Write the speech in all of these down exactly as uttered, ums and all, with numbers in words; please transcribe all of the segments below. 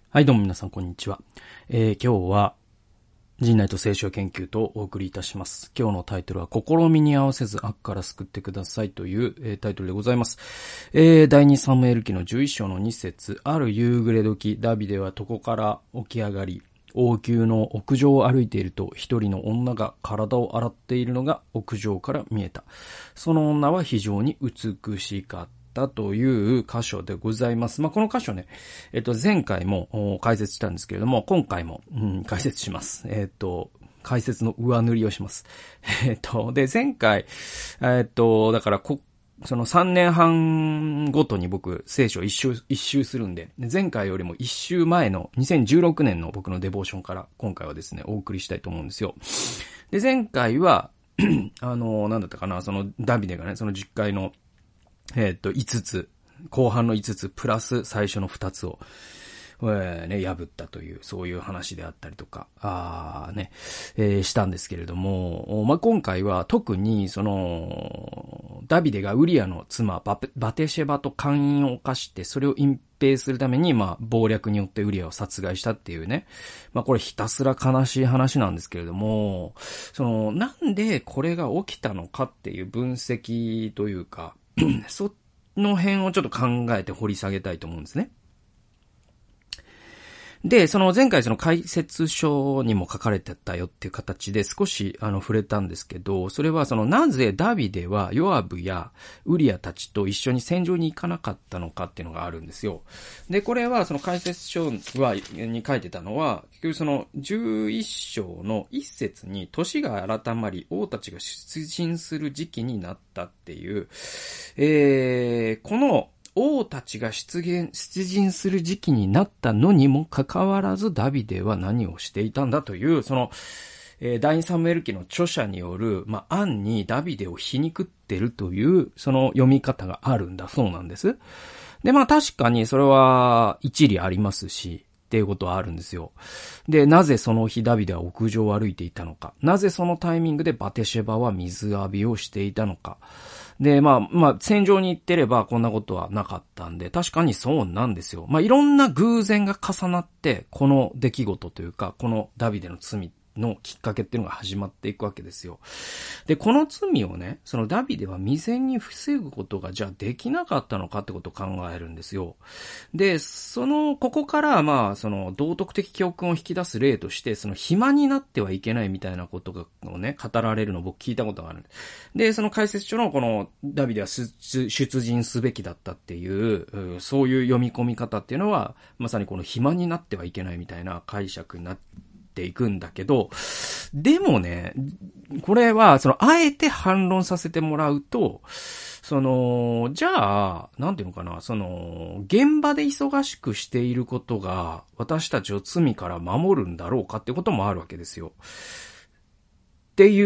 はい、どうも皆さん、こんにちは。えー、今日は、陣内と聖書研究とお送りいたします。今日のタイトルは、試みに合わせず悪から救ってくださいという、えー、タイトルでございます。えー、第二サムエル記のじゅういっ章のに節、ある夕暮れ時、ダビデは床から起き上がり、王宮の屋上を歩いていると、一人の女が体を洗っているのが屋上から見えた。その女は非常に美しかった。という箇所でございます。まあ、この箇所ね、えっと、前回も解説したんですけれども、今回も、うん、解説します。えっと、解説の上塗りをします。えっと、で、前回、えっと、だからこ、そのさんねんはんごとに僕、聖書一周、一周するんで、前回よりも一周前のにせんじゅうろくねんの僕のデボーションから今回はですね、お送りしたいと思うんですよ。で、前回は、あの、なんだったかな、そのダビデがね、そのじゅっかいのえっと、いつつ、後半のいつつ、プラス最初のふたつを、えー、ね、破ったという、そういう話であったりとか、あね、えー、したんですけれども、まあ、今回は特に、その、ダビデがウリアの妻、バ, バテシェバと姦淫を犯して、それを隠蔽するために、まあ、謀略によってウリアを殺害したっていうね、まあ、これひたすら悲しい話なんですけれども、その、なんでこれが起きたのかっていう分析というか、その辺をちょっと考えて掘り下げたいと思うんですね。で、その前回その解説書にも書かれてたよっていう形で少しあの触れたんですけど、それはそのなぜダビデはヨアブやウリアたちと一緒に戦場に行かなかったのかっていうのがあるんですよ。で、これはその解説書はに書いてたのは、結局そのじゅういっ章の一節に年が改まり王たちが出陣する時期になったっていう、えー、この王たちが出現、出陣する時期になったのにもかかわらずダビデは何をしていたんだという、その、えー、第二サムエル記の著者による、まあ、暗にダビデを皮肉ってるという、その読み方があるんだそうなんです。で、まあ確かにそれは一理ありますし、っていうことはあるんですよ。で、なぜその日ダビデは屋上を歩いていたのか。なぜそのタイミングでバテシェバは水浴びをしていたのか。で、まあ、まあ、戦場に行ってればこんなことはなかったんで、確かにそうなんですよ。まあ、いろんな偶然が重なって、この出来事というか、このダビデの罪のきっかけっていうのが始まっていくわけですよ。で、この罪をね、そのダビデは未然に防ぐことがじゃあできなかったのかってことを考えるんですよ。で、その、ここからまあ、その道徳的教訓を引き出す例として、その暇になってはいけないみたいなことがね、語られるのを僕聞いたことがある。で、その解説書のこのダビデは出陣すべきだったっていう、そういう読み込み方っていうのは、まさにこの暇になってはいけないみたいな解釈になってていくんだけど、でもね、これは、その、あえて反論させてもらうと、その、じゃあ、なんていうのかな、その、現場で忙しくしていることが、私たちを罪から守るんだろうかってこともあるわけですよ。っていう、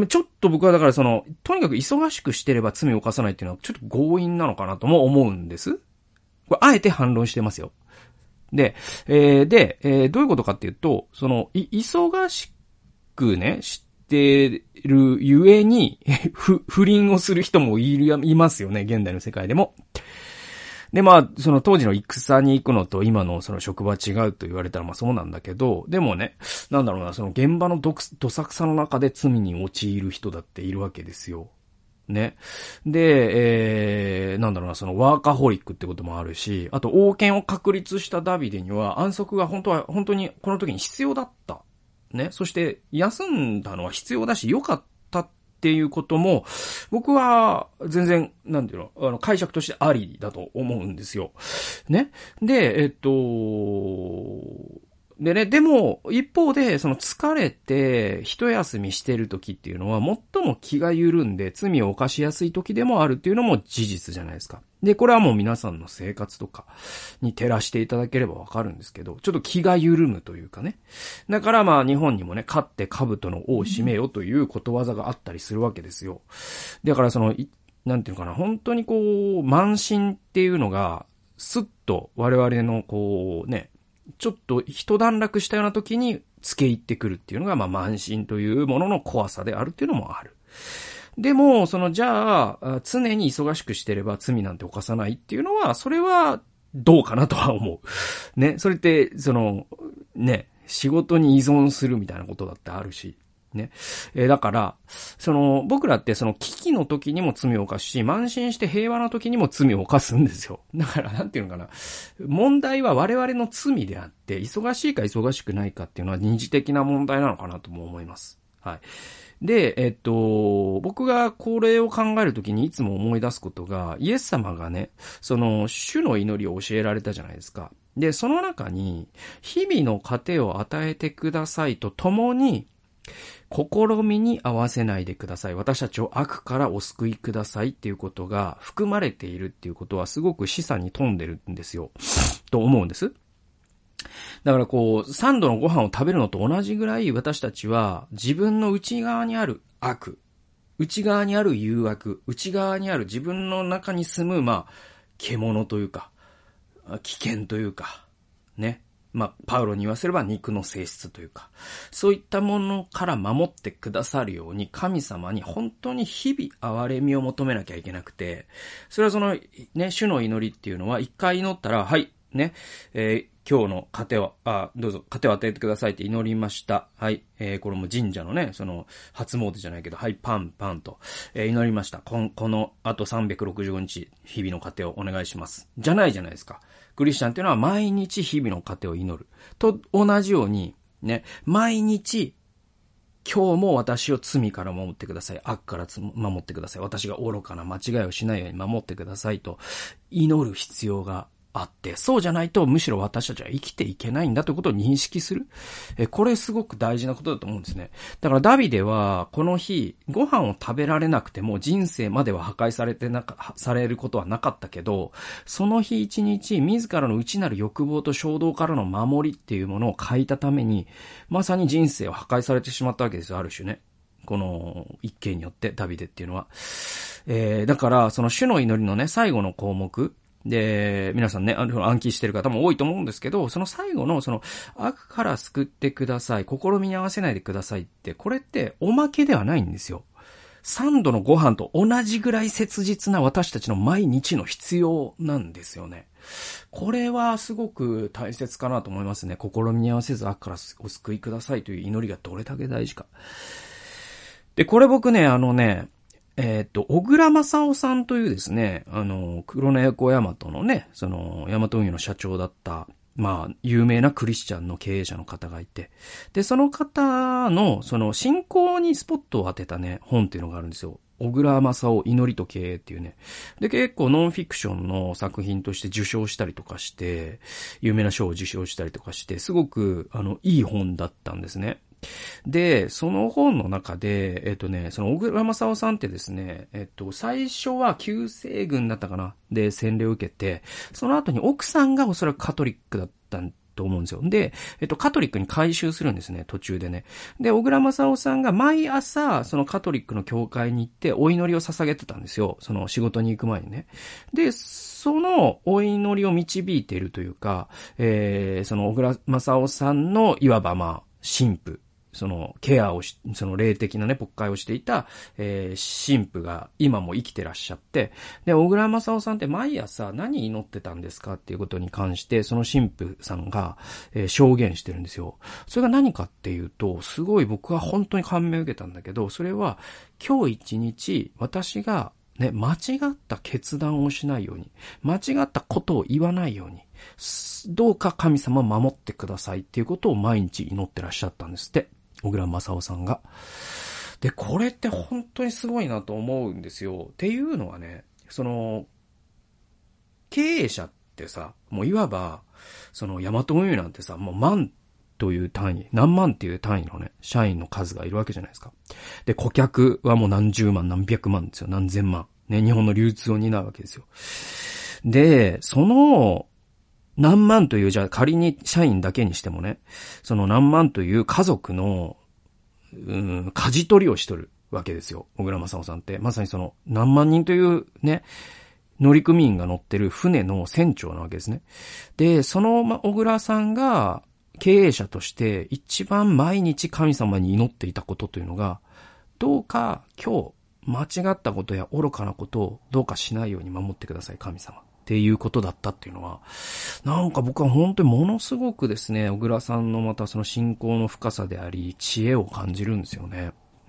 ちょっと僕はだからその、とにかく忙しくしてれば罪を犯さないっていうのは、ちょっと強引なのかなとも思うんです。これ、あえて反論してますよ。で、えー、で、えー、どういうことかっていうと、その、い、忙しくね、してるゆえに、不、不倫をする人もいる、いますよね、現代の世界でも。で、まあ、その当時の戦に行くのと今のその職場は違うと言われたらまあそうなんだけど、でもね、なんだろうな、その現場のど、どさくさの中で罪に陥る人だっているわけですよ。ね。で、えー、なんだろうな、そのワーカホリックってこともあるし、あと王権を確立したダビデには安息が本当は、本当にこの時に必要だった。ね。そして休んだのは必要だし良かったっていうことも、僕は全然、なんていうの、あの解釈としてありだと思うんですよ。ね。で、えっと、でね、でも、一方で、その疲れて、一休みしてる時っていうのは、最も気が緩んで罪を犯しやすい時でもあるっていうのも事実じゃないですか。で、これはもう皆さんの生活とかに照らしていただければわかるんですけど、ちょっと気が緩むというかね。だからまあ日本にもね、勝って兜の王を締めよということわざがあったりするわけですよ。だからその、なんていうのかな、本当にこう、慢心っていうのが、スッと我々のこうね、ちょっと一段落したような時に付け入ってくるっていうのが、まあ慢心というものの怖さであるっていうのもある。でも、そのじゃあ、常に忙しくしてれば罪なんて犯さないっていうのは、それはどうかなとは思う。ね、それって、その、ね、仕事に依存するみたいなことだってあるし、ね。えー、だから、その、僕らってその危機の時にも罪を犯すし、慢心して平和な時にも罪を犯すんですよ。だから、なんていうのかな。問題は我々の罪であって、忙しいか忙しくないかっていうのは二次的な問題なのかなとも思います。はい。で、えっと、僕がこれを考えるときにいつも思い出すことが、イエス様がね、その、主の祈りを教えられたじゃないですか。で、その中に、日々の糧を与えてくださいとともに、試みに合わせないでください。私たちを悪からお救いくださいっていうことが含まれているっていうことはすごく示唆に富んでるんですよ。と思うんです。だからこう、三度のご飯を食べるのと同じぐらい私たちは自分の内側にある悪、内側にある誘惑、内側にある自分の中に住む、まあ、獣というか、危険というか、ね。まあ、パウロに言わせれば肉の性質というか、そういったものから守ってくださるように神様に本当に日々憐れみを求めなきゃいけなくて、それはそのね、主の祈りっていうのは一回祈ったら、はい、ね、えー、今日の糧を、あ、どうぞ、糧を与えてくださいって祈りました。はい。えー、これも神社のね、その、初詣じゃないけど、はい、パン、パンと、えー、祈りました。この、この、あとさんびゃくろくじゅうごにち、日々の糧をお願いします。じゃないじゃないですか。クリスチャンっていうのは毎日日々の糧を祈る。と同じように、ね、毎日、今日も私を罪から守ってください。悪から守ってください。私が愚かな間違いをしないように守ってくださいと祈る必要があって、そうじゃないとむしろ私たちは生きていけないんだということを認識する。え、これすごく大事なことだと思うんですね。だからダビデはこの日ご飯を食べられなくても人生までは破壊されてなか、されることはなかったけど、その日一日自らの内なる欲望と衝動からの守りっていうものを欠いたために、まさに人生を破壊されてしまったわけですよ、ある種ね。この一件によってダビデっていうのは。えー、だからその主の祈りのね、最後の項目、で、皆さんね、暗記してる方も多いと思うんですけど、その最後の、その、悪から救ってください、試みに合わせないでくださいって、これっておまけではないんですよ。三度のご飯と同じぐらい切実な私たちの毎日の必要なんですよね。これはすごく大切かなと思いますね。試みに合わせず悪からお救いくださいという祈りがどれだけ大事か。で、これ僕ね、あのね、えっと、小倉正夫さんというですね、あの、黒猫大和のね、その、大和運輸の社長だった、まあ、有名なクリスチャンの経営者の方がいて、で、その方の、その、信仰にスポットを当てたね、本っていうのがあるんですよ。小倉正夫祈りと経営っていうね。で、結構ノンフィクションの作品として受賞したりとかして、有名な賞を受賞したりとかして、すごく、あの、いい本だったんですね。で、その本の中で、えっとね、その小倉正夫さんってですね、えっと、最初は旧西軍だったかなで、洗礼を受けて、その後に奥さんがおそらくカトリックだったと思うんですよ。で、えっと、カトリックに改宗するんですね、途中でね。で、小倉正夫さんが毎朝、そのカトリックの教会に行って、お祈りを捧げてたんですよ。その仕事に行く前にね。で、そのお祈りを導いているというか、えー、その小倉正夫さんの、いわばまあ、神父、そのケアをし、その霊的なね、牧会をしていた、えー、神父が今も生きてらっしゃって、で、小倉正夫さんって毎朝何祈ってたんですかっていうことに関して、その神父さんが、えー、証言してるんですよ。それが何かっていうと、すごい僕は本当に感銘を受けたんだけど、それは今日一日私がね、間違った決断をしないように、間違ったことを言わないように、どうか神様を守ってくださいっていうことを毎日祈ってらっしゃったんですって。小倉正夫さんが。で、これって本当にすごいなと思うんですよ。っていうのはね、その、経営者ってさ、もういわば、その、ヤマト運輸なんてさ、もう万という単位、何万っていう単位のね、社員の数がいるわけじゃないですか。で、顧客はもう何十万、何百万ですよ。何千万。ね、日本の流通を担うわけですよ。で、その、何万という、じゃあ仮に社員だけにしてもね、その何万という家族の、うん、舵取りをしとるわけですよ。小倉正夫さんって。まさにその何万人というね、乗組員が乗ってる船の船長なわけですね。で、その小倉さんが経営者として一番毎日神様に祈っていたことというのが、どうか今日間違ったことや愚かなことをどうかしないように守ってください、神様。 っていうことだったっていうのは、なんか僕は本当にものすごくですね、小倉さんのまたその信仰の深さであり、知恵を感じるんですよね。うん。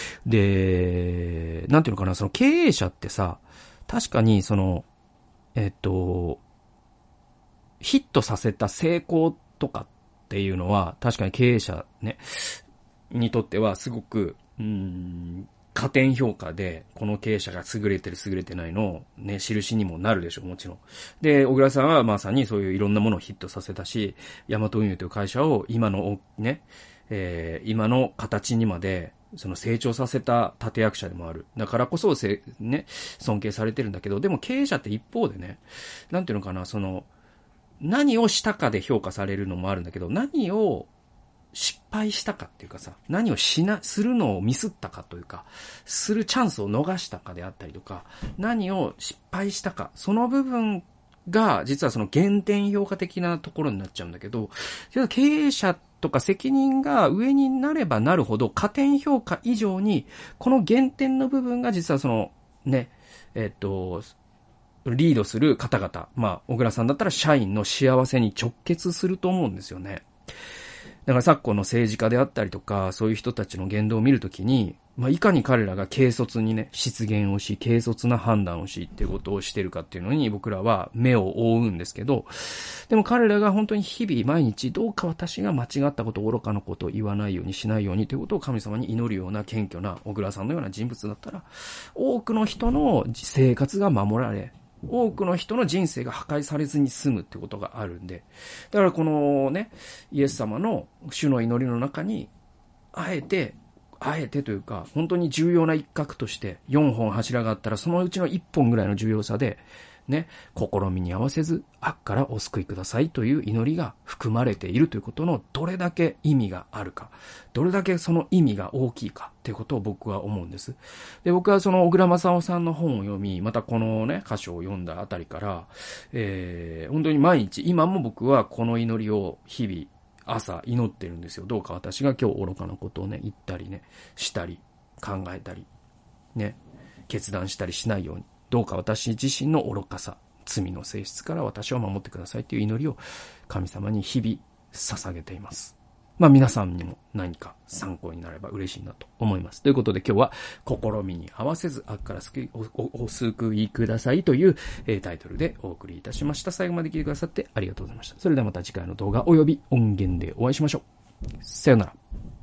で、なんていうのかな、その経営者ってさ、確かにその、えっと、ヒットさせた成功とかっていうのは、確かに経営者ね、にとってはすごく、うーん、加点評価で、この経営者が優れてる優れてないの、ね、印にもなるでしょう、もちろん。で、小倉さんはまさにそういういろんなものをヒットさせたし、ヤマト運輸という会社を今の、ね、えー、今の形にまで、その成長させた立役者でもある。だからこそせ、ね、尊敬されてるんだけど、でも経営者って一方でね、なんていうのかな、その、何をしたかで評価されるのもあるんだけど、何を失敗したかっていうかさ、何をしな、するのをミスったかというか、するチャンスを逃したかであったりとか、何を失敗したか、その部分が実はその減点評価的なところになっちゃうんだけど、経営者とか責任が上になればなるほど加点評価以上に、この減点の部分が実はその、ね、えっと、リードする方々、まあ、小倉さんだったら社員の幸せに直結すると思うんですよね。だから昨今の政治家であったりとか、そういう人たちの言動を見るときに、まあ、いかに彼らが軽率にね、失言をし、軽率な判断をし、っていうことをしてるかっていうのに僕らは目を覆うんですけど、でも彼らが本当に日々毎日どうか私が間違ったこと、愚かなことを言わないようにしないようにということを神様に祈るような謙虚な小倉さんのような人物だったら、多くの人の生活が守られ、多くの人の人生が破壊されずに済むってことがあるんで。だからこのね、イエス様の主の祈りの中に、あえて、あえてというか、本当に重要な一角としてよんほん柱があったらそのうちのいっぽんぐらいの重要さで、ね、試みに合わせず悪からお救いくださいという祈りが含まれているということのどれだけ意味があるか、どれだけその意味が大きいかっていうことを僕は思うんです。で、僕はその小倉正夫さんの本を読み、またこのね、箇所を読んだあたりから、えー、本当に毎日、今も僕はこの祈りを日々、朝祈ってるんですよ。どうか私が今日愚かなことをね、言ったりね、したり、考えたり、ね、決断したりしないように。どうか私自身の愚かさ、罪の性質から私を守ってくださいという祈りを神様に日々捧げています。まあ皆さんにも何か参考になれば嬉しいなと思います。ということで今日は試みに合わせず悪から救い お, お, お救いくださいという、えー、タイトルでお送りいたしました。最後まで聞いてくださってありがとうございました。それではまた次回の動画及び音源でお会いしましょう。さよなら。